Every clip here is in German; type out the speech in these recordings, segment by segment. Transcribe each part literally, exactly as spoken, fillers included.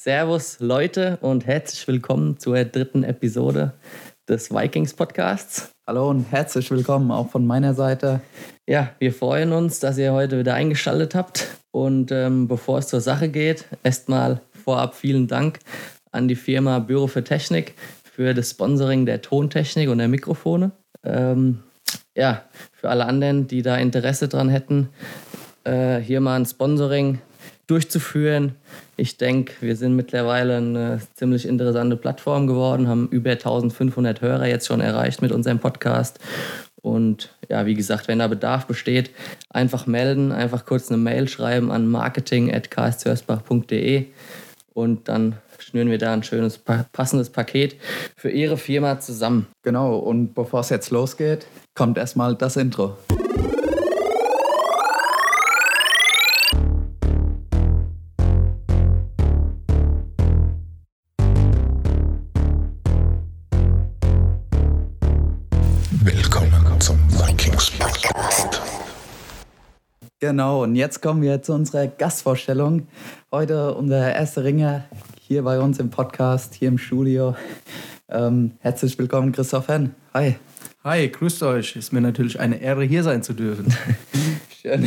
Servus Leute und herzlich willkommen zur dritten Episode des Vikings Podcasts. Hallo und herzlich willkommen auch von meiner Seite. Ja, wir freuen uns, dass ihr heute wieder eingeschaltet habt. Und ähm, bevor es zur Sache geht, erstmal vorab vielen Dank an die Firma Büro für Technik für das Sponsoring der Tontechnik und der Mikrofone. Ähm, ja, für alle anderen, die da Interesse dran hätten, äh, hier mal ein Sponsoring durchzuführen. Ich denke, wir sind mittlerweile eine ziemlich interessante Plattform geworden, haben über eintausendfünfhundert Hörer jetzt schon erreicht mit unserem Podcast. Und ja, wie gesagt, wenn da Bedarf besteht, einfach melden, einfach kurz eine Mail schreiben an marketing at k s c hösbach punkt d e und dann schnüren wir da ein schönes, passendes Paket für Ihre Firma zusammen. Genau, und bevor es jetzt losgeht, kommt erstmal das Intro. Willkommen zum Vikings Podcast. Genau, und jetzt kommen wir zu unserer Gastvorstellung. Heute unser erster Ringer hier bei uns im Podcast, hier im Studio. Ähm, herzlich willkommen, Christoph Henn. Hi. Hi, grüßt euch. Ist mir natürlich eine Ehre, hier sein zu dürfen. Schön.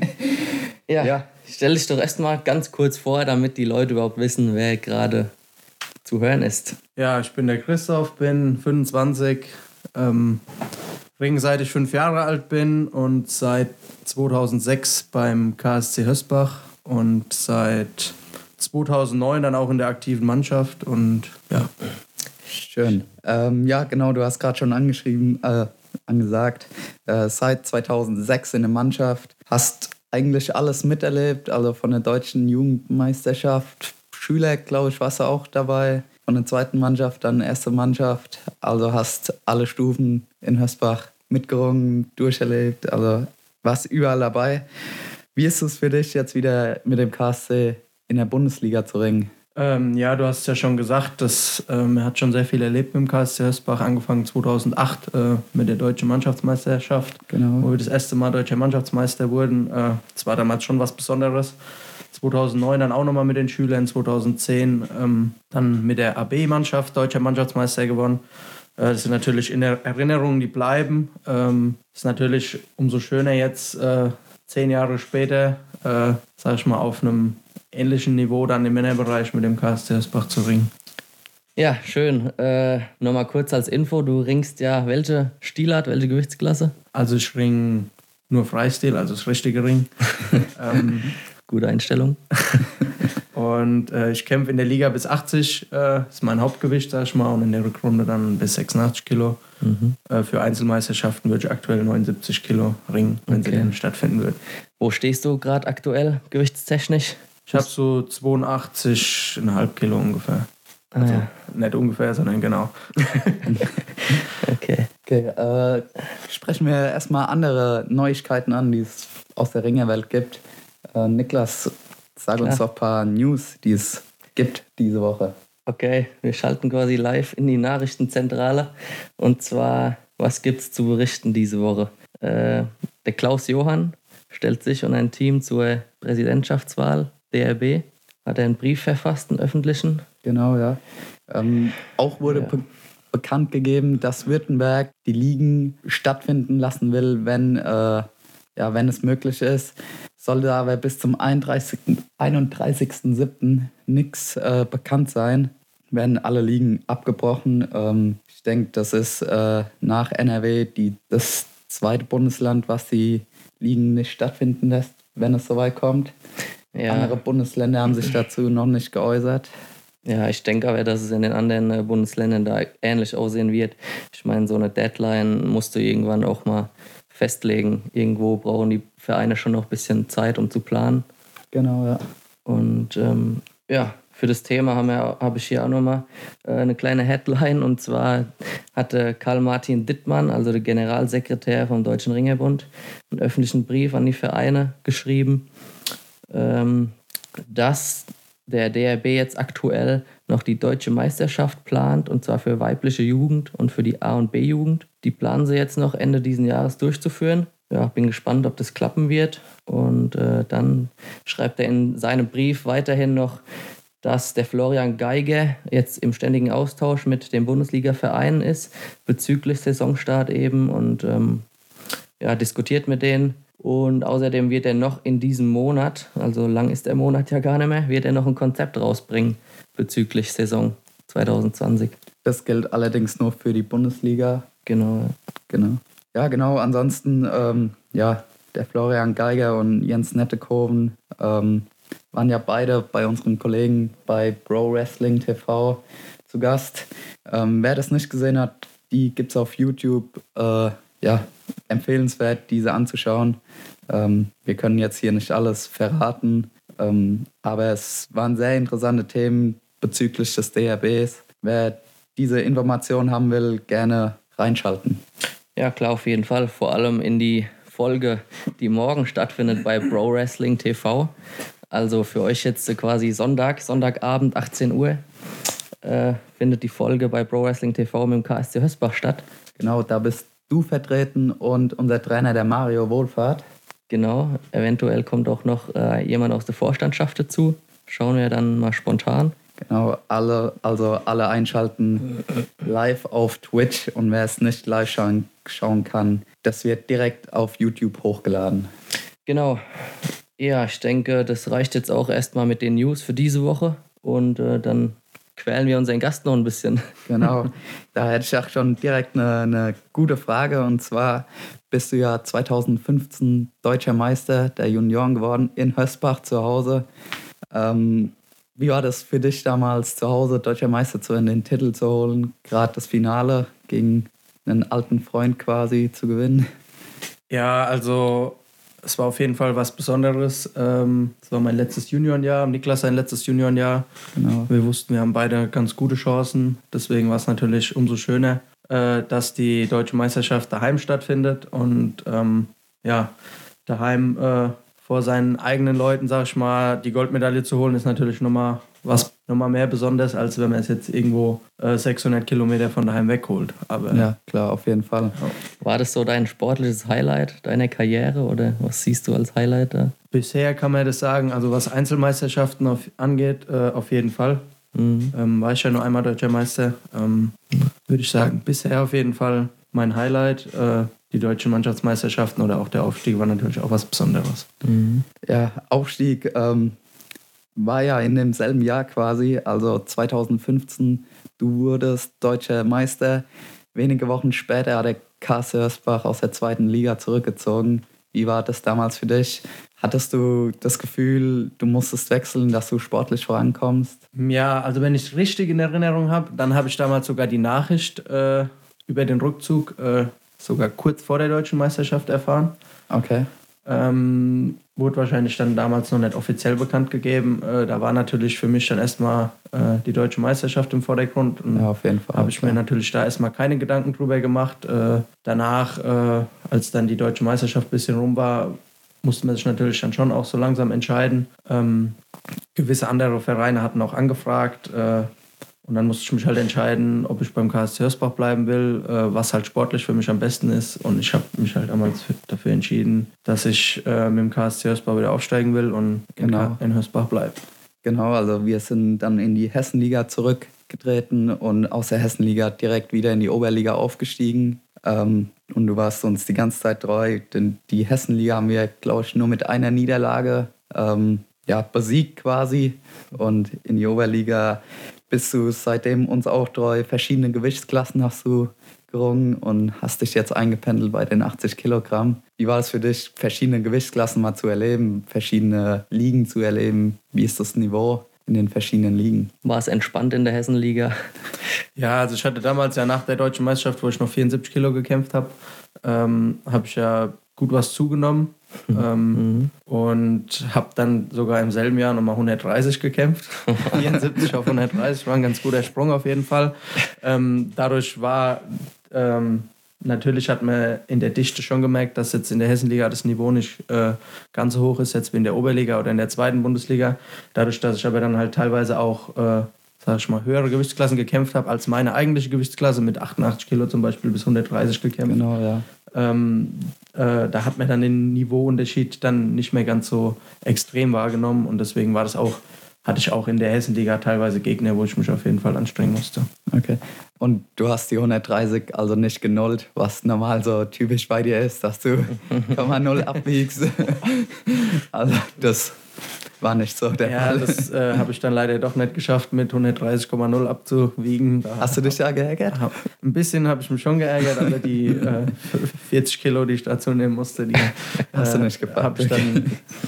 Ja, ja. Stell dich doch erstmal ganz kurz vor, damit die Leute überhaupt wissen, wer gerade zu hören ist. Ja, ich bin der Christoph, bin fünfundzwanzig, ähm, Ring seit ich fünf Jahre alt bin und seit zweitausendsechs beim K S C Hösbach und seit zweitausendneun dann auch in der aktiven Mannschaft und ja. Schön. Ähm, ja, genau, du hast gerade schon angeschrieben, äh, angesagt, äh, seit zweitausendsechs in der Mannschaft, hast eigentlich alles miterlebt, also von der deutschen Jugendmeisterschaft, Schüler, glaube ich, warst du auch dabei, von der zweiten Mannschaft, dann erste Mannschaft, also hast alle Stufen in Hösbach mitgerungen, durcherlebt, also warst überall dabei. Wie ist es für dich, jetzt wieder mit dem K S C in der Bundesliga zu ringen? Ähm, ja, du hast es ja schon gesagt, dass, ähm, er hat schon sehr viel erlebt mit dem K S C Hösbach, angefangen zweitausendacht äh, mit der deutschen Mannschaftsmeisterschaft, Genau. wo wir das erste Mal deutscher Mannschaftsmeister wurden. Äh, das war damals schon was Besonderes. zweitausendneun dann auch nochmal mit den Schülern, zweitausendzehn ähm, dann mit der A B-Mannschaft deutscher Mannschaftsmeister gewonnen. Äh, das sind natürlich in der Erinnerungen, die bleiben. Ähm, ist natürlich umso schöner jetzt, äh, zehn Jahre später, äh, sag ich mal, auf einem ähnlichen Niveau dann im Männerbereich mit dem K S C Hösbach zu ringen. Ja, schön. Äh, Nochmal kurz als Info, du ringst ja welche Stilart, welche Gewichtsklasse? Also ich ring nur Freistil, also das richtige Ring. ähm, Gute Einstellung. und äh, ich kämpfe in der Liga bis achtzig, äh, ist mein Hauptgewicht, sag ich mal, und in der Rückrunde dann bis sechsundachtzig Kilo. Mhm. Äh, für Einzelmeisterschaften würde ich aktuell neunundsiebzig Kilo ringen, wenn okay. sie denn stattfinden wird. Wo stehst du gerade aktuell gewichtstechnisch? Ich habe so zweiundachtzig Komma fünf Kilo ungefähr. Also ah, ja. Nicht ungefähr, sondern genau. okay. Okay, äh, sprechen wir erstmal andere Neuigkeiten an, die es aus der Ringerwelt gibt. Äh, Niklas, sag Klar. uns doch ein paar News, die es gibt diese Woche. Okay, wir schalten quasi live in die Nachrichtenzentrale. Und zwar, was gibt's zu berichten diese Woche? Äh, der Klaus Johann stellt sich und ein Team zur Präsidentschaftswahl D R B. Hat er einen Brief verfasst, einen öffentlichen? Genau, ja. Ähm, auch wurde ja. be- bekannt gegeben, dass Württemberg die Ligen stattfinden lassen will, wenn, äh, ja, wenn es möglich ist. Sollte aber bis zum einunddreißigsten siebten nichts äh, bekannt sein, werden alle Ligen abgebrochen. Ähm, ich denke, das ist äh, nach N R W die, das zweite Bundesland, was die Ligen nicht stattfinden lässt, wenn es soweit kommt. Ja. Andere Bundesländer haben sich dazu noch nicht geäußert. Ja, ich denke aber, dass es in den anderen Bundesländern da ähnlich aussehen wird. Ich meine, so eine Deadline musst du irgendwann auch mal festlegen. Irgendwo brauchen die Vereine schon noch ein bisschen Zeit, um zu planen. Genau, ja. Und ähm, ja, für das Thema habe hab ich hier auch nochmal äh, eine kleine Headline. Und zwar hatte Karl-Martin Dittmann, also der Generalsekretär vom Deutschen Ringerbund, einen öffentlichen Brief an die Vereine geschrieben, ähm, dass der D R B jetzt aktuell noch die deutsche Meisterschaft plant, und zwar für weibliche Jugend und für die A- und B-Jugend. Die planen sie jetzt noch Ende diesen Jahres durchzuführen. Ja, bin gespannt, ob das klappen wird. Und äh, dann schreibt er in seinem Brief weiterhin noch, dass der Florian Geiger jetzt im ständigen Austausch mit dem Bundesliga-Verein ist, bezüglich Saisonstart eben und ähm, ja, diskutiert mit denen. Und außerdem wird er noch in diesem Monat, also lang ist der Monat ja gar nicht mehr, wird er noch ein Konzept rausbringen bezüglich Saison zwanzig zwanzig. Das gilt allerdings nur für die Bundesliga. Genau. Genau. Ja, genau. Ansonsten, ähm, ja, der Florian Geiger und Jens Nettekoven ähm, waren ja beide bei unseren Kollegen bei Pro Wrestling T V zu Gast. Ähm, wer das nicht gesehen hat, die gibt es auf YouTube. Äh, ja, empfehlenswert, diese anzuschauen. Ähm, wir können jetzt hier nicht alles verraten, ähm, aber es waren sehr interessante Themen bezüglich des D R Bs. Wer diese Information haben will, gerne reinschalten. Ja, klar, auf jeden Fall. Vor allem in die Folge, die morgen stattfindet bei Pro Wrestling T V. Also für euch jetzt quasi Sonntag, Sonntagabend, achtzehn Uhr, äh, findet die Folge bei Pro Wrestling T V mit dem K S C Hösbach statt. Genau, da bist du vertreten und unser Trainer, der Mario Wohlfahrt. Genau, eventuell kommt auch noch äh, jemand aus der Vorstandschaft dazu. Schauen wir dann mal spontan. Genau, alle, also alle einschalten live auf Twitch und wer es nicht live schauen, schauen kann, das wird direkt auf YouTube hochgeladen. Genau. Ja, ich denke, das reicht jetzt auch erstmal mit den News für diese Woche und äh, dann quälen wir unseren Gast noch ein bisschen. Genau, da hätte ich auch schon direkt eine, eine gute Frage und zwar bist du ja zwanzig fünfzehn Deutscher Meister der Junioren geworden in Hösbach zu Hause. Ähm, wie war das für dich damals zu Hause, Deutscher Meister zu werden, den Titel zu holen, gerade das Finale gegen einen alten Freund quasi zu gewinnen? Ja, also es war auf jeden Fall was Besonderes. Ähm, es war mein letztes Juniorenjahr, Niklas sein letztes Juniorenjahr. Genau. Wir wussten, wir haben beide ganz gute Chancen. Deswegen war es natürlich umso schöner, äh, dass die Deutsche Meisterschaft daheim stattfindet. Und ähm, ja, daheim äh, vor seinen eigenen Leuten, sag ich mal, die Goldmedaille zu holen, ist natürlich nochmal was nochmal mehr Besonderes, als wenn man es jetzt irgendwo äh, sechshundert Kilometer von daheim wegholt. Aber ja, klar, auf jeden Fall. Ja. War das so dein sportliches Highlight deiner Karriere oder was siehst du als Highlight da? Bisher kann man das sagen, also was Einzelmeisterschaften auf, angeht, äh, auf jeden Fall. Mhm. Ähm, war ich ja nur einmal Deutscher Meister. Ähm, würde ich sagen, bisher auf jeden Fall mein Highlight. Äh, die deutschen Mannschaftsmeisterschaften oder auch der Aufstieg war natürlich auch was Besonderes. Mhm. Ja, Aufstieg ähm, war ja in demselben Jahr quasi, also zwanzig fünfzehn, du wurdest Deutscher Meister. Wenige Wochen später hat der K S C Hösbach aus der zweiten Liga zurückgezogen. Wie war das damals für dich? Hattest du das Gefühl, du musstest wechseln, dass du sportlich vorankommst? Ja, also wenn ich es richtig in Erinnerung habe, dann habe ich damals sogar die Nachricht äh, über den Rückzug äh, sogar kurz vor der Deutschen Meisterschaft erfahren. Okay. Ähm, wurde wahrscheinlich dann damals noch nicht offiziell bekannt gegeben. Äh, da war natürlich für mich dann erstmal äh, die Deutsche Meisterschaft im Vordergrund. Und ja, auf jeden Fall. habe ich mir natürlich da erstmal keine Gedanken drüber gemacht. Äh, danach, äh, als dann die Deutsche Meisterschaft ein bisschen rum war, musste man sich natürlich dann schon auch so langsam entscheiden. Ähm, gewisse andere Vereine hatten auch angefragt. Äh, Und dann musste ich mich halt entscheiden, ob ich beim K S C Hösbach bleiben will, äh, was halt sportlich für mich am besten ist. Und ich habe mich halt damals für, dafür entschieden, dass ich äh, mit dem K S C Hösbach wieder aufsteigen will und genau. in, in Hösbach bleibe. Genau, also wir sind dann in die Hessenliga zurückgetreten und aus der Hessenliga direkt wieder in die Oberliga aufgestiegen. Ähm, und du warst uns die ganze Zeit treu, denn die Hessenliga haben wir, glaube ich, nur mit einer Niederlage ähm, ja, besiegt quasi. Und in die Oberliga bist du seitdem uns auch treu. Verschiedene Gewichtsklassen hast du gerungen und hast dich jetzt eingependelt bei den achtzig Kilogramm. Wie war es für dich, verschiedene Gewichtsklassen mal zu erleben, verschiedene Ligen zu erleben? Wie ist das Niveau in den verschiedenen Ligen? War es entspannt in der Hessenliga? Ja, also ich hatte damals ja nach der Deutschen Meisterschaft, wo ich noch vierundsiebzig Kilo gekämpft habe, ähm, habe ich ja gut was zugenommen. Mhm. Ähm, und habe dann sogar im selben Jahr nochmal hundertdreißig gekämpft. vierundsiebzig auf hundertdreißig war ein ganz guter Sprung auf jeden Fall. Ähm, dadurch war, ähm, natürlich hat man in der Dichte schon gemerkt, dass jetzt in der Hessenliga das Niveau nicht äh, ganz so hoch ist, jetzt wie in der Oberliga oder in der zweiten Bundesliga. Dadurch, dass ich aber dann halt teilweise auch, äh, sag ich mal, höhere Gewichtsklassen gekämpft habe als meine eigentliche Gewichtsklasse, mit achtundachtzig Kilo zum Beispiel bis hundertdreißig gekämpft. Genau, ja. Ähm, äh, da hat man dann den Niveauunterschied dann nicht mehr ganz so extrem wahrgenommen und deswegen war das auch hatte ich auch in der Hessenliga teilweise Gegner, wo ich mich auf jeden Fall anstrengen musste. Okay. Und du hast die hundertdreißig also nicht genullt, was normal so typisch bei dir ist, dass du Komma null abwiegst. Also das war nicht so der Ja, Fall. das äh, habe ich dann leider doch nicht geschafft, mit hundertdreißig Komma null abzuwiegen. Da Hast du dich da geärgert? hab, ein bisschen habe ich mich schon geärgert, aber die äh, vierzig Kilo, die ich dazu nehmen musste, die Hast du äh, nicht gepackt? habe ich dann...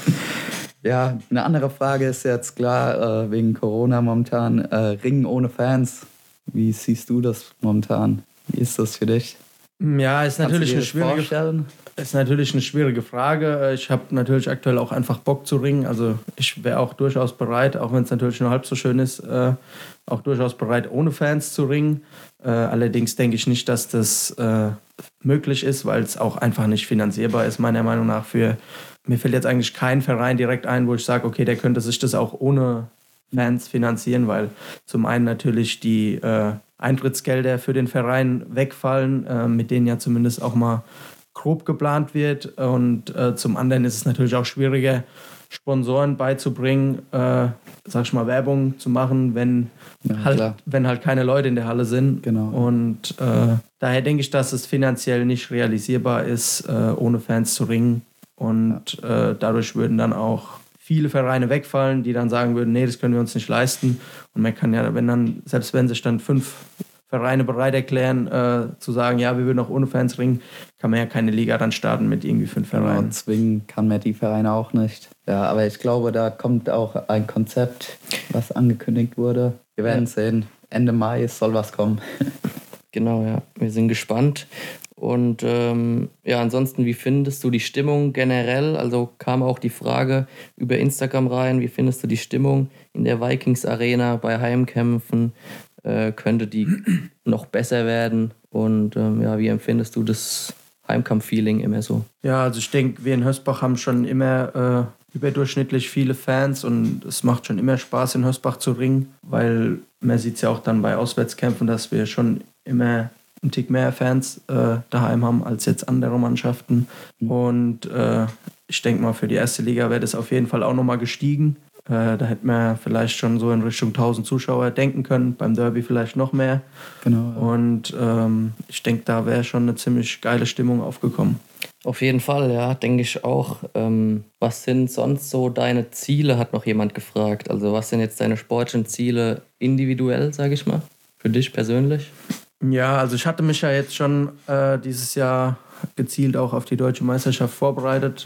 Ja, eine andere Frage ist jetzt klar, äh, wegen Corona momentan, äh, Ringen ohne Fans. Wie siehst du das momentan? Wie ist das für dich? Ja, ist natürlich, eine schwierige, vorstellen? ist natürlich eine schwierige Frage. Ich habe natürlich aktuell auch einfach Bock zu ringen. Also ich wäre auch durchaus bereit, auch wenn es natürlich nur halb so schön ist, äh, auch durchaus bereit, ohne Fans zu ringen. Äh, allerdings denke ich nicht, dass das äh, möglich ist, weil es auch einfach nicht finanzierbar ist, meiner Meinung nach. Für mir fällt jetzt eigentlich kein Verein direkt ein, wo ich sage, okay, der könnte sich das auch ohne Fans finanzieren, weil zum einen natürlich die äh, Eintrittsgelder für den Verein wegfallen, äh, mit denen ja zumindest auch mal grob geplant wird. Und äh, zum anderen ist es natürlich auch schwieriger, Sponsoren beizubringen, äh, sag ich mal, Werbung zu machen, wenn, Ja, halt, klar. wenn halt keine Leute in der Halle sind. Genau. Und äh, daher denke ich, dass es finanziell nicht realisierbar ist, äh, ohne Fans zu ringen. Und äh, dadurch würden dann auch viele Vereine wegfallen, die dann sagen würden, nee, das können wir uns nicht leisten. Und man kann ja, wenn dann, selbst wenn sich dann fünf Vereine bereit erklären, äh, zu sagen, ja, wir würden auch ohne Fans ringen, kann man ja keine Liga dann starten mit irgendwie fünf Genau, Vereinen. zwingen kann man die Vereine auch nicht. Ja, aber ich glaube, da kommt auch ein Konzept, was angekündigt wurde. Wir werden Ja. sehen. Ende Mai soll was kommen. Genau, ja. Wir sind gespannt. Und ähm, ja, ansonsten, wie findest du die Stimmung generell? Also kam auch die Frage über Instagram rein, wie findest du die Stimmung in der Vikings Arena bei Heimkämpfen? Äh, könnte die noch besser werden? Und ähm, ja, wie empfindest du das Heimkampf-Feeling immer so? Ja, also ich denke, wir in Hösbach haben schon immer äh, überdurchschnittlich viele Fans und es macht schon immer Spaß, in Hösbach zu ringen, weil man sieht es ja auch dann bei Auswärtskämpfen, dass wir schon immer einen Tick mehr Fans äh, daheim haben als jetzt andere Mannschaften. Mhm. Und äh, ich denke mal, für die erste Liga wäre das auf jeden Fall auch nochmal gestiegen. Äh, da hätten wir vielleicht schon so in Richtung tausend Zuschauer denken können, beim Derby vielleicht noch mehr. Genau. Ja. Und ähm, ich denke, da wäre schon eine ziemlich geile Stimmung aufgekommen. Auf jeden Fall, ja, denke ich auch. Ähm, was sind sonst so deine Ziele, hat noch jemand gefragt. Also was sind jetzt deine sportlichen Ziele individuell, sage ich mal, für dich persönlich? Ja, also ich hatte mich ja jetzt schon äh, dieses Jahr gezielt auch auf die Deutsche Meisterschaft vorbereitet.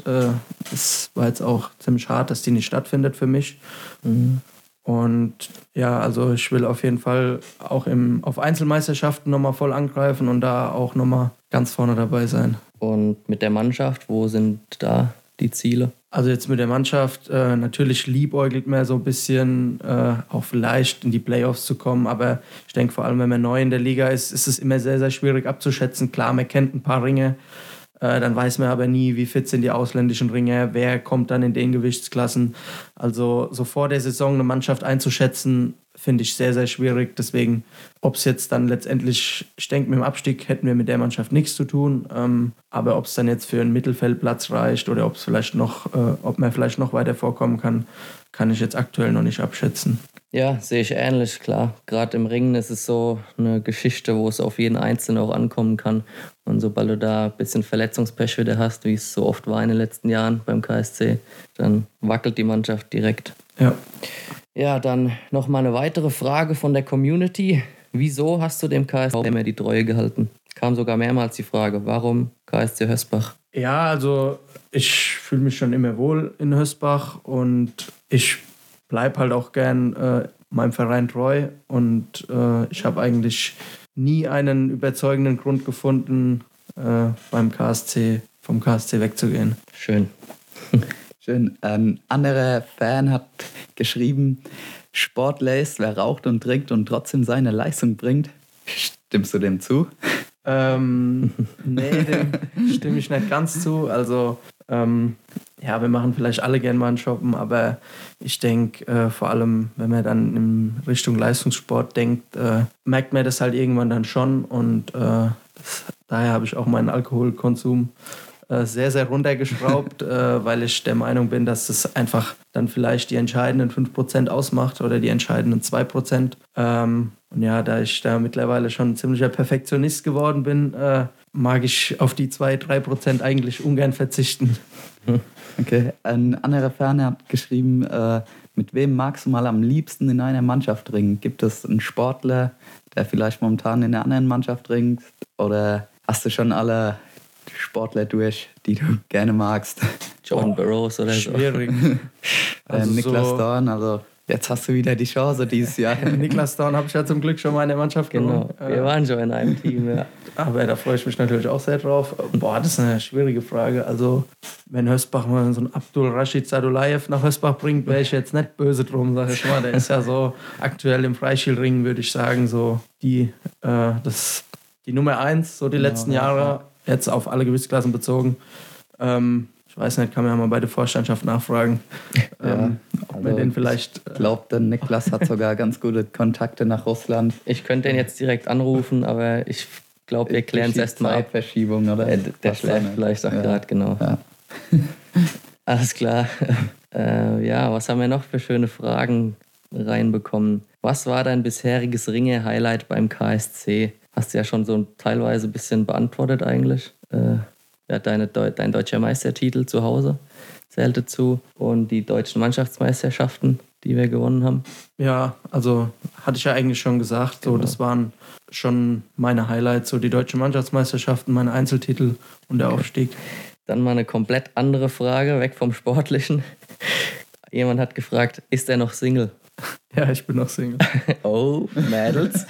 Es äh, war jetzt auch ziemlich hart, dass die nicht stattfindet für mich. Mhm. Und ja, also ich will auf jeden Fall auch im, auf Einzelmeisterschaften nochmal voll angreifen und da auch nochmal ganz vorne dabei sein. Und mit der Mannschaft, wo sind da die Ziele? Also jetzt mit der Mannschaft, äh, natürlich liebäugelt man so ein bisschen, äh, auch vielleicht in die Playoffs zu kommen, aber ich denke vor allem, wenn man neu in der Liga ist, ist es immer sehr, sehr schwierig abzuschätzen. Klar, man kennt ein paar Ringe, äh, dann weiß man aber nie, wie fit sind die ausländischen Ringer, wer kommt dann in den Gewichtsklassen. Also so vor der Saison eine Mannschaft einzuschätzen, finde ich sehr, sehr schwierig. Deswegen, ob es jetzt dann letztendlich, ich denke, mit dem Abstieg hätten wir mit der Mannschaft nichts zu tun. Ähm, aber ob es dann jetzt für einen Mittelfeldplatz reicht oder ob es vielleicht noch, äh, ob man vielleicht noch weiter vorkommen kann, kann ich jetzt aktuell noch nicht abschätzen. Ja, sehe ich ähnlich, klar. Gerade im Ringen ist es so eine Geschichte, wo es auf jeden Einzelnen auch ankommen kann. Und sobald du da ein bisschen Verletzungspech wieder hast, wie es so oft war in den letzten Jahren beim K S C, dann wackelt die Mannschaft direkt. Ja. Ja, dann noch mal eine weitere Frage von der Community. Wieso hast du dem K S C immer die Treue gehalten? Kam sogar mehrmals die Frage, warum K S C Hösbach? Ja, also ich fühle mich schon immer wohl in Hösbach und ich bleibe halt auch gern äh, meinem Verein treu und äh, ich habe eigentlich nie einen überzeugenden Grund gefunden, äh, beim K S C, vom K S C wegzugehen. Schön. Schön. Ein anderer Fan hat geschrieben, Sportler ist, wer raucht und trinkt und trotzdem seine Leistung bringt. Stimmst du dem zu? Ähm, nee, dem stimme ich nicht ganz zu. Also, ähm, ja, wir machen vielleicht alle gerne mal einen Shoppen, aber ich denke, äh, vor allem, wenn man dann in Richtung Leistungssport denkt, äh, merkt man das halt irgendwann dann schon und äh, das, daher habe ich auch meinen Alkoholkonsum äh, sehr, sehr runtergeschraubt, äh, weil ich der Meinung bin, dass es einfach dann vielleicht die entscheidenden fünf Prozent ausmacht oder die entscheidenden zwei Prozent. Ähm, und ja, da ich da mittlerweile schon ein ziemlicher Perfektionist geworden bin, äh, mag ich auf die zwei, drei Prozent eigentlich ungern verzichten. Okay, ein anderer Fan hat geschrieben, äh, mit wem magst du mal am liebsten in einer Mannschaft ringen? Gibt es einen Sportler, der vielleicht momentan in einer anderen Mannschaft ringt? Oder hast du schon alle Sportler durch, die du gerne magst? Jordan Oh, Burroughs oder so. Schwierig. Also äh, Niklas so, Dorn, also jetzt hast du wieder die Chance dieses Jahr. Niklas Dorn habe ich ja zum Glück schon mal in der Mannschaft Genau, genommen. wir Äh, waren schon in einem Team, ja. Aber da freue ich mich natürlich auch sehr drauf. Boah, das ist eine schwierige Frage. Also, wenn Hösbach mal so einen Abdul Rashid Sadulayev nach Hösbach bringt, wäre ich jetzt nicht böse drum, sag ich mal. Der ist ja so aktuell im Freistilring, würde ich sagen, so die, äh, das, die Nummer eins, so die Genau, letzten ja, Jahre, ja. jetzt auf alle Gewichtsklassen bezogen. Ähm, ich weiß nicht, kann man ja mal bei der Vorstandschaft nachfragen, ähm, ob man also den vielleicht... Ich glaube, der Niklas hat sogar ganz gute Kontakte nach Russland. Ich könnte den jetzt direkt anrufen, aber ich glaube, wir klären es erstmal ab. Zeitverschiebung, oder? Äh, der Was schläft dann? vielleicht auch Ja. gerade, genau. Ja. Alles klar. äh, ja, was haben wir noch für schöne Fragen reinbekommen? Was war dein bisheriges Ringe-Highlight beim K S C? Hast du ja schon so teilweise ein bisschen beantwortet eigentlich. Äh, ja, deine, dein deutscher Meistertitel zu Hause zählt dazu und die deutschen Mannschaftsmeisterschaften, die wir gewonnen haben. Ja, also hatte ich ja eigentlich schon gesagt, so Genau. das waren schon meine Highlights, so die deutschen Mannschaftsmeisterschaften, meine Einzeltitel und der Aufstieg. Dann mal eine komplett andere Frage, weg vom Sportlichen. Jemand hat gefragt, ist er noch Single? Ja, ich bin noch Single. Oh, Mädels.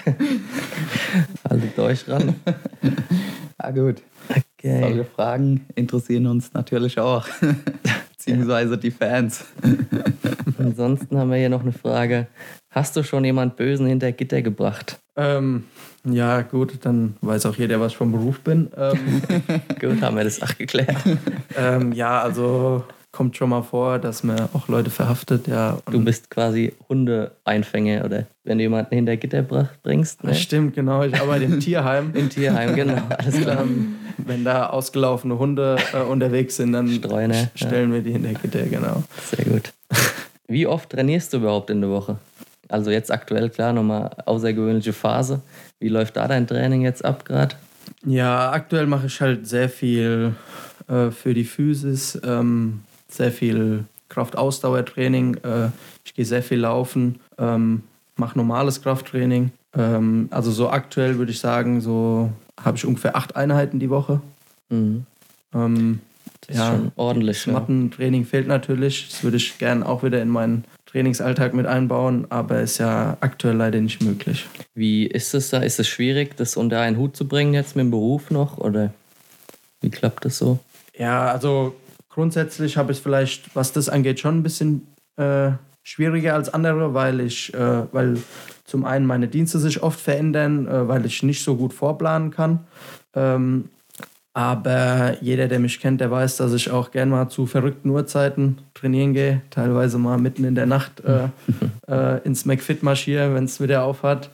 Haltet euch ran. Ah, gut. Okay. Solche Fragen interessieren uns natürlich auch. Beziehungsweise die Fans. Ansonsten haben wir hier noch eine Frage. Hast du schon jemand Bösen hinter Gitter gebracht? ähm, ja, gut, dann weiß auch jeder, was ich vom Beruf bin. Ähm, Gut, haben wir das auch geklärt. ähm, ja, also kommt schon mal vor, dass man auch Leute verhaftet, ja. Und Du bist quasi Hundeeinfänger, oder? Wenn du jemanden hinter Gitter bra- bringst, ne? Das stimmt, genau. Ich arbeite im Tierheim. Im Tierheim, genau. Alles klar. Ähm, wenn da ausgelaufene Hunde äh, unterwegs sind, dann Streuner, st- stellen wir die hinter Gitter, genau. Sehr gut. Wie oft trainierst du überhaupt in der Woche? Also jetzt aktuell, klar, nochmal außergewöhnliche Phase. Wie läuft da dein Training jetzt ab gerade? Ja, aktuell mache ich halt sehr viel äh, für die Physis, ähm, sehr viel Kraft-Ausdauertraining. Äh, ich gehe sehr viel laufen, ähm, mache normales Krafttraining. Ähm, also so aktuell würde ich sagen, so habe ich ungefähr acht Einheiten die Woche. Mhm. Ähm, Das ist schon ordentlich. Das Ja. Mattentraining fehlt natürlich. Das würde ich gerne auch wieder in meinen Trainingsalltag mit einbauen, aber ist ja aktuell leider nicht möglich. Wie ist es da? Ist es schwierig, das unter einen Hut zu bringen jetzt mit dem Beruf noch? Oder wie klappt das so? Ja, also grundsätzlich habe ich es vielleicht, was das angeht, schon ein bisschen äh, schwieriger als andere, weil ich, äh, weil zum einen meine Dienste sich oft verändern, äh, weil ich nicht so gut vorplanen kann. Ähm, aber jeder, der mich kennt, der weiß, dass ich auch gern mal zu verrückten Uhrzeiten trainieren gehe. Teilweise mal mitten in der Nacht äh, äh, ins McFit marschiere, wenn es wieder auf hat.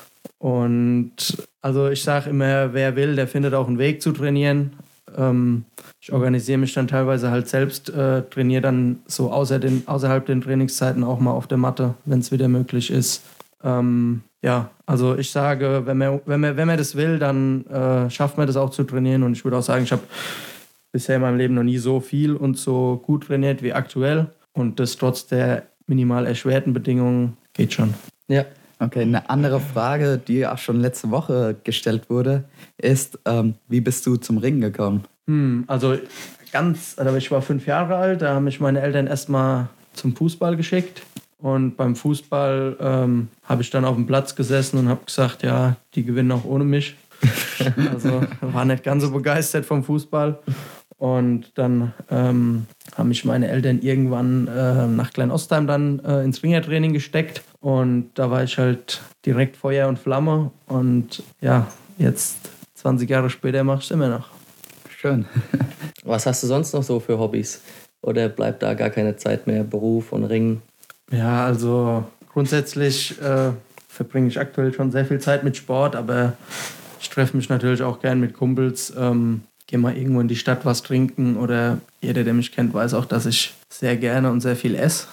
Und also ich sage immer, wer will, der findet auch einen Weg zu trainieren. Ähm, ich organisiere mich dann teilweise halt selbst, äh, trainiere dann so außer den, außerhalb den Trainingszeiten auch mal auf der Matte, wenn es wieder möglich ist. Ähm, ja, also ich sage, wenn man, wenn man, wenn man das will, dann äh, schafft man das auch zu trainieren. Und ich würde auch sagen, ich habe bisher in meinem Leben noch nie so viel und so gut trainiert wie aktuell. Und das trotz der minimal erschwerten Bedingungen geht schon. Ja. Okay, eine andere Frage, die auch schon letzte Woche gestellt wurde, ist, ähm, wie bist du zum Ringen gekommen? Hm, also ganz, also ich war fünf Jahre alt, da haben mich meine Eltern erstmal zum Fußball geschickt. Und beim Fußball ähm, habe ich dann auf dem Platz gesessen und habe gesagt, ja, die gewinnen auch ohne mich. Also war nicht ganz so begeistert vom Fußball. Und dann ähm, haben mich meine Eltern irgendwann äh, nach Kleinostheim dann äh, ins Ringertraining gesteckt. Und da war ich halt direkt Feuer und Flamme. Und ja, jetzt zwanzig Jahre später mache ich es immer noch. Schön. Was hast du sonst noch so für Hobbys? Oder bleibt da gar keine Zeit mehr, Beruf und Ringen? Ja, also grundsätzlich äh, verbringe ich aktuell schon sehr viel Zeit mit Sport, aber ich treffe mich natürlich auch gern mit Kumpels. Ähm, gehe mal irgendwo in die Stadt was trinken oder jeder, der mich kennt, weiß auch, dass ich sehr gerne und sehr viel esse.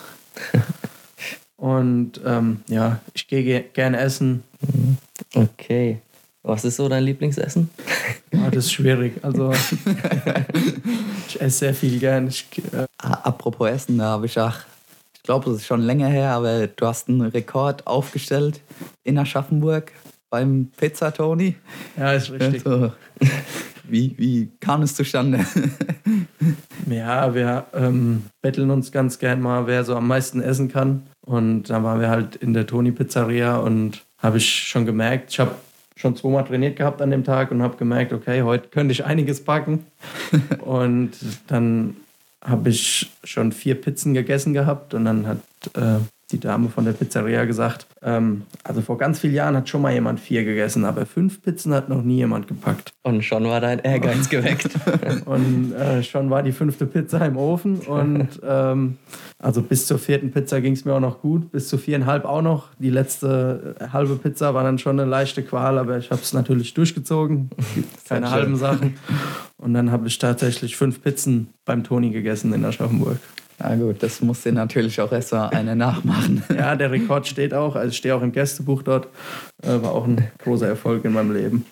Und ähm, ja, ich gehe ge- gerne essen. Okay. Was ist so dein Lieblingsessen? Ja, das ist schwierig. Also ich esse sehr viel gern. Ich, äh, Apropos Essen, da habe ich auch, ich glaube, das ist schon länger her, aber du hast einen Rekord aufgestellt in Aschaffenburg beim Pizza Tony. ja, ist richtig. Also, wie, wie kam es zustande? Ja, wir ähm, betteln uns ganz gern mal, wer so am meisten essen kann. Und dann waren wir halt in der Toni Pizzeria und habe ich schon gemerkt, ich habe schon zweimal trainiert gehabt an dem Tag und habe gemerkt, okay, heute könnte ich einiges packen. Und dann habe ich schon vier Pizzen gegessen gehabt und dann hat äh, die Dame von der Pizzeria gesagt, ähm, also vor ganz vielen Jahren hat schon mal jemand vier gegessen, aber fünf Pizzen hat noch nie jemand gepackt. Und schon war dein Ehrgeiz geweckt. Und äh, schon war die fünfte Pizza im Ofen und ähm, also bis zur vierten Pizza ging es mir auch noch gut, bis zu viereinhalb auch noch. Die letzte äh, halbe Pizza war dann schon eine leichte Qual, aber ich habe es natürlich durchgezogen, keine halben Sachen. Und dann habe ich tatsächlich fünf Pizzen beim Toni gegessen in Aschaffenburg. Na gut, das muss dir natürlich auch erst mal eine nachmachen. Ja, der Rekord steht auch, also ich stehe auch im Gästebuch dort. Äh, war auch ein großer Erfolg in meinem Leben.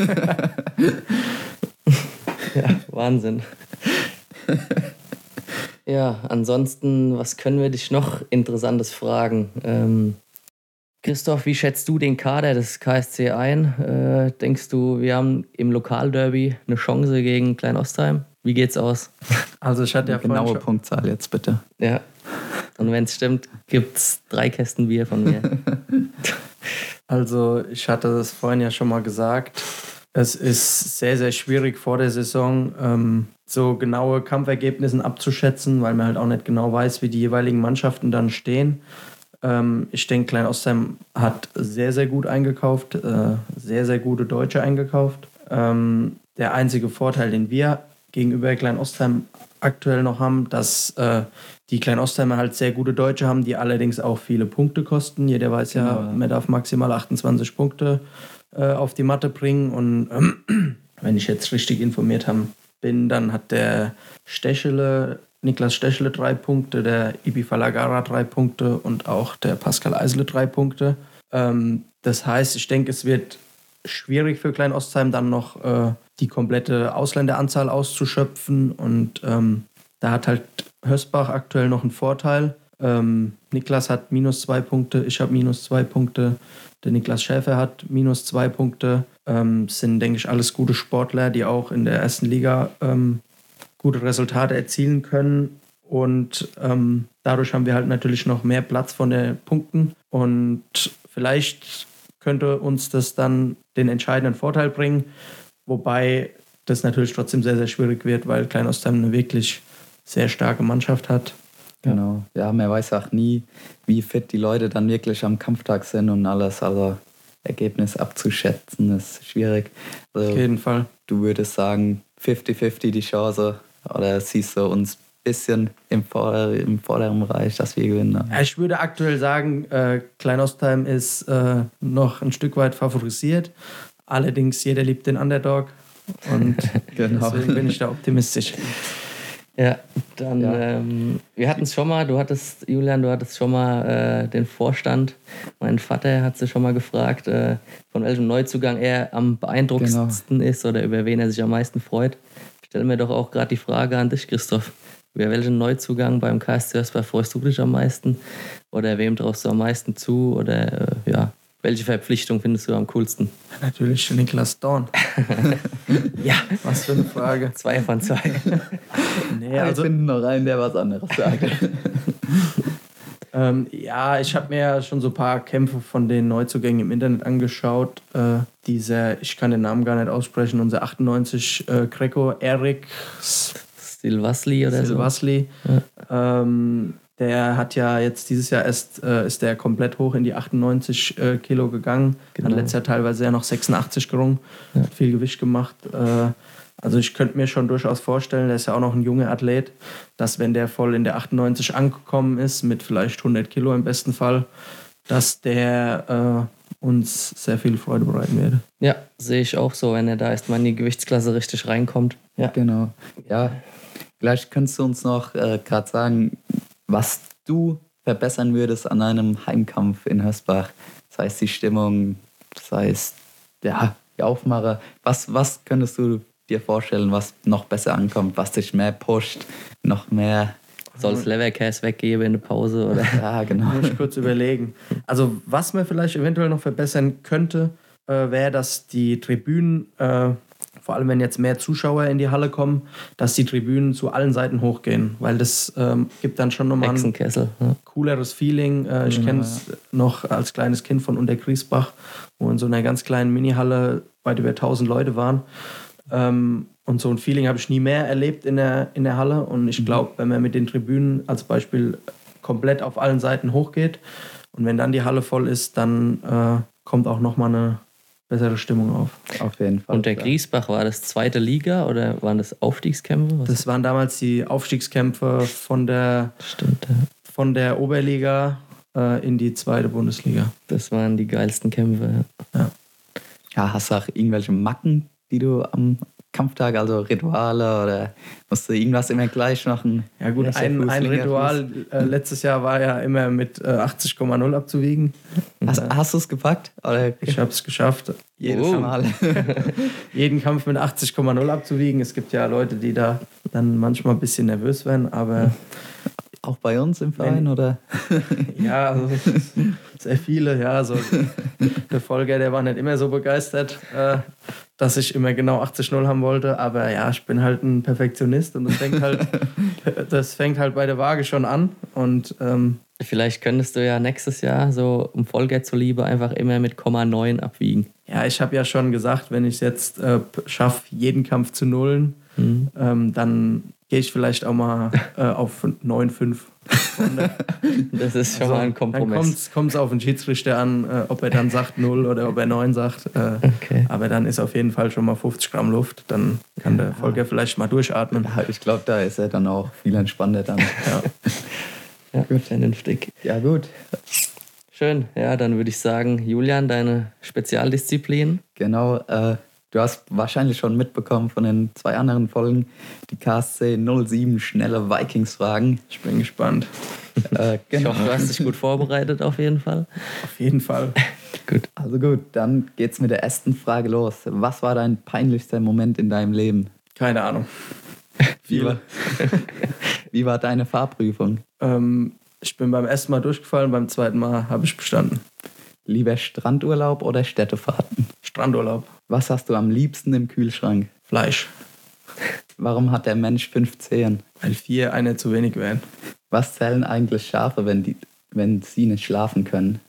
Ja, Wahnsinn. Ja, ansonsten, was können wir dich noch Interessantes fragen? Ähm, Christoph, wie schätzt du den Kader des K S C ein? Äh, denkst du, wir haben im Lokalderby eine Chance gegen Klein-Ostheim? Wie geht's aus? Also ich hatte ja Genaue vorhin schon, Punktzahl jetzt bitte. Ja. Und wenn es stimmt, gibt's drei Kästen Bier von mir. Also ich hatte das vorhin ja schon mal gesagt. Es ist sehr, sehr schwierig vor der Saison ähm, so genaue Kampfergebnisse abzuschätzen, weil man halt auch nicht genau weiß, wie die jeweiligen Mannschaften dann stehen. Ähm, ich denke, Klein-Ostheim hat sehr, sehr gut eingekauft, äh, sehr, sehr gute Deutsche eingekauft. Ähm, der einzige Vorteil, den wir gegenüber Klein-Ostheim aktuell noch haben, dass äh, die Klein-Ostheimer halt sehr gute Deutsche haben, die allerdings auch viele Punkte kosten. Jeder weiß ja, Genau. man darf maximal achtundzwanzig Punkte äh, auf die Matte bringen. Und ähm, wenn ich jetzt richtig informiert haben, bin, dann hat der Stechele, Niklas Stechele drei Punkte, der Ibi Falagara drei Punkte und auch der Pascal Eisele drei Punkte. Ähm, das heißt, ich denke, es wird schwierig für Klein-Ostheim dann noch äh, die komplette Ausländeranzahl auszuschöpfen und ähm, da hat halt Hösbach aktuell noch einen Vorteil. Ähm, Niklas hat minus zwei Punkte, ich habe minus zwei Punkte, der Niklas Schäfer hat minus zwei Punkte. Ähm, sind, denke ich, alles gute Sportler, die auch in der ersten Liga ähm, gute Resultate erzielen können und ähm, dadurch haben wir halt natürlich noch mehr Platz von den Punkten und vielleicht könnte uns das dann den entscheidenden Vorteil bringen, wobei das natürlich trotzdem sehr, sehr schwierig wird, weil Klein-Ostheim eine wirklich sehr starke Mannschaft hat. Genau. Ja, man weiß auch nie, wie fit die Leute dann wirklich am Kampftag sind und alles. Also Ergebnis abzuschätzen ist schwierig. Also, Auf jeden Fall. du würdest sagen, fünfzig fünfzig die Chance oder siehst du uns ein bisschen im, Vorder-, im vorderen Bereich, dass wir gewinnen? Ja, ich würde aktuell sagen, äh, Klein-Ostheim ist äh, noch ein Stück weit favorisiert. Allerdings, jeder liebt den Underdog und Genau. deswegen bin ich da optimistisch. Ja, dann, Ja. Ähm, wir hatten es schon mal, du hattest, Julian, du hattest schon mal äh, den Vorstand. Mein Vater hat sich schon mal gefragt, äh, von welchem Neuzugang er am beeindruckendsten ist oder über wen er sich am meisten freut. Stell mir doch auch gerade die Frage an dich, Christoph. Über welchen Neuzugang beim K S C Hösbach freust du dich am meisten? Oder wem traust du am meisten zu? Oder äh, ja, welche Verpflichtung findest du am coolsten? Natürlich Niklas Dorn. Ja, Was für eine Frage. zwei von zwei. Nee, Ja, also, ich finde noch einen, der was anderes sagt. ähm, ja, ich habe mir ja schon so ein paar Kämpfe von den Neuzugängen im Internet angeschaut. Äh, dieser, ich kann den Namen gar nicht aussprechen, unser achtundneunzig äh, Greco, Erik Silvasli oder Silvasli. Ähm, der hat ja jetzt dieses Jahr erst, äh, ist der komplett hoch in die achtundneunzig äh, Kilo gegangen. Genau. Hat letztes Jahr teilweise ja noch sechsundachtzig gerungen. Ja. Hat viel Gewicht gemacht. Äh, also ich könnte mir schon durchaus vorstellen, der ist ja auch noch ein junger Athlet, dass wenn der voll in der achtundneunzig angekommen ist, mit vielleicht hundert Kilo im besten Fall, dass der uns sehr viel Freude bereiten werde. Ja, sehe ich auch so, wenn er da erstmal in die Gewichtsklasse richtig reinkommt. Ja, Genau. Ja, vielleicht könntest du uns noch äh, gerade sagen, was du verbessern würdest an einem Heimkampf in Hösbach. Sei es die Stimmung, sei es ja, die Aufmacher. Was, was könntest du dir vorstellen, was noch besser ankommt, was dich mehr pusht, noch mehr... soll es Leverkäse weggeben in der Pause? Oder? Ja, genau. Muss ich kurz überlegen. Also was man vielleicht eventuell noch verbessern könnte, äh, wäre, dass die Tribünen, äh, vor allem wenn jetzt mehr Zuschauer in die Halle kommen, dass die Tribünen zu allen Seiten hochgehen, weil das ähm, gibt dann schon nochmal ein Hexenkessel. Ja. cooleres Feeling. Äh, ich Genau, kenne es noch als kleines Kind von Untergriesbach, wo in so einer ganz kleinen Mini-Halle weit über tausend Leute waren. Ähm, und so ein Feeling habe ich nie mehr erlebt in der, in der Halle. Und ich glaube, wenn man mit den Tribünen als Beispiel komplett auf allen Seiten hochgeht und wenn dann die Halle voll ist, dann äh, kommt auch nochmal eine bessere Stimmung auf. Auf jeden Fall. Und der Griesbach, war das zweite Liga oder waren das Aufstiegskämpfe? Was Das waren damals die Aufstiegskämpfe von der, stimmt, ja. von der Oberliga äh, in die zweite Bundesliga. Das waren die geilsten Kämpfe. Ja. Ja, hast du auch irgendwelche Macken, die du am Kampftag, also Rituale oder musst du irgendwas immer gleich machen? Ja gut, Ja, sehr ein, ein Fußlinger, Ritual äh, letztes Jahr war ja immer mit äh, achtzig Komma null abzuwiegen. Hast, hast du es gepackt? Oder Ich habe es geschafft, jedes Oh. Mal? jeden Kampf mit achtzig Komma null abzuwiegen. Es gibt ja Leute, die da dann manchmal ein bisschen nervös werden, aber Auch bei uns im Verein, Wenn- oder? ja, also, sehr viele, ja, so der Volker, der war nicht immer so begeistert, äh, dass ich immer genau achtzig null haben wollte, aber ja, ich bin halt ein Perfektionist und das fängt halt, das fängt halt bei der Waage schon an und ähm, Vielleicht könntest du ja nächstes Jahr so um Vollgeld zuliebe einfach immer mit Komma neun abwiegen. ja, ich habe ja schon gesagt, wenn ich es jetzt äh, schaffe, jeden Kampf zu nullen, Mhm. ähm, dann gehe ich vielleicht auch mal äh, auf neun Komma fünf. Das ist schon mal ein Dann Kompromiss. kommt es auf den Schiedsrichter an, äh, ob er dann sagt null oder ob er neun sagt. Äh, Okay. Aber dann ist auf jeden Fall schon mal fünfzig Gramm Luft. Dann kann der Volker vielleicht mal durchatmen. Ja, ich glaube, da ist er dann auch viel entspannter dann. Ja. Ja, vernünftig. Ja, gut. Schön. Ja, dann würde ich sagen, Julian, deine Spezialdisziplin. Genau. Äh, du hast wahrscheinlich schon mitbekommen von den zwei anderen Folgen, die K S C null sieben schnelle Vikings-Fragen. Ich bin gespannt. Äh, Ich genau. hoffe, du hast dich gut vorbereitet auf jeden Fall. Auf jeden Fall. Gut. Also gut, dann geht's mit der ersten Frage los. Was war dein peinlichster Moment in deinem Leben? Keine Ahnung. Wie war, wie war deine Fahrprüfung? Ähm, ich bin beim ersten Mal durchgefallen, beim zweiten Mal habe ich bestanden. Lieber Strandurlaub oder Städtefahrten? Strandurlaub. Was hast du am liebsten im Kühlschrank? Fleisch. Warum hat der Mensch fünf Zehen? Weil vier eine zu wenig wären. Was zählen eigentlich Schafe, wenn, die, wenn sie nicht schlafen können?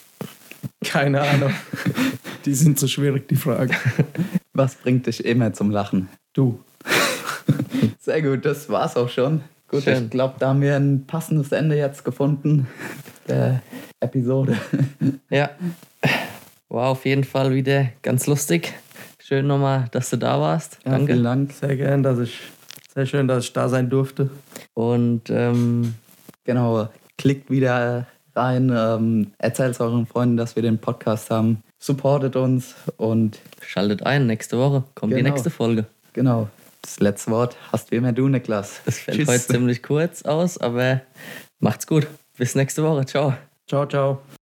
Keine Ahnung. Die sind so schwierig, die Fragen. Was bringt dich immer zum Lachen? Du. Sehr gut, das war's auch schon. Gut, Schön. ich glaube, da haben wir ein passendes Ende jetzt gefunden der Episode. Ja, war auf jeden Fall wieder ganz lustig. Schön nochmal, dass du da warst. Ja, Danke. vielen Dank. Sehr gern, dass ich, sehr schön, dass ich da sein durfte. Und ähm, Genau, klickt wieder rein, ähm, erzählt euren Freunden, dass wir den Podcast haben, supportet uns und schaltet ein, nächste Woche kommt die Genau. nächste Folge. genau, das letzte Wort hast wie immer du, Niklas. Das fällt heute ziemlich kurz aus, aber macht's gut. Bis nächste Woche. Ciao. Ciao, ciao.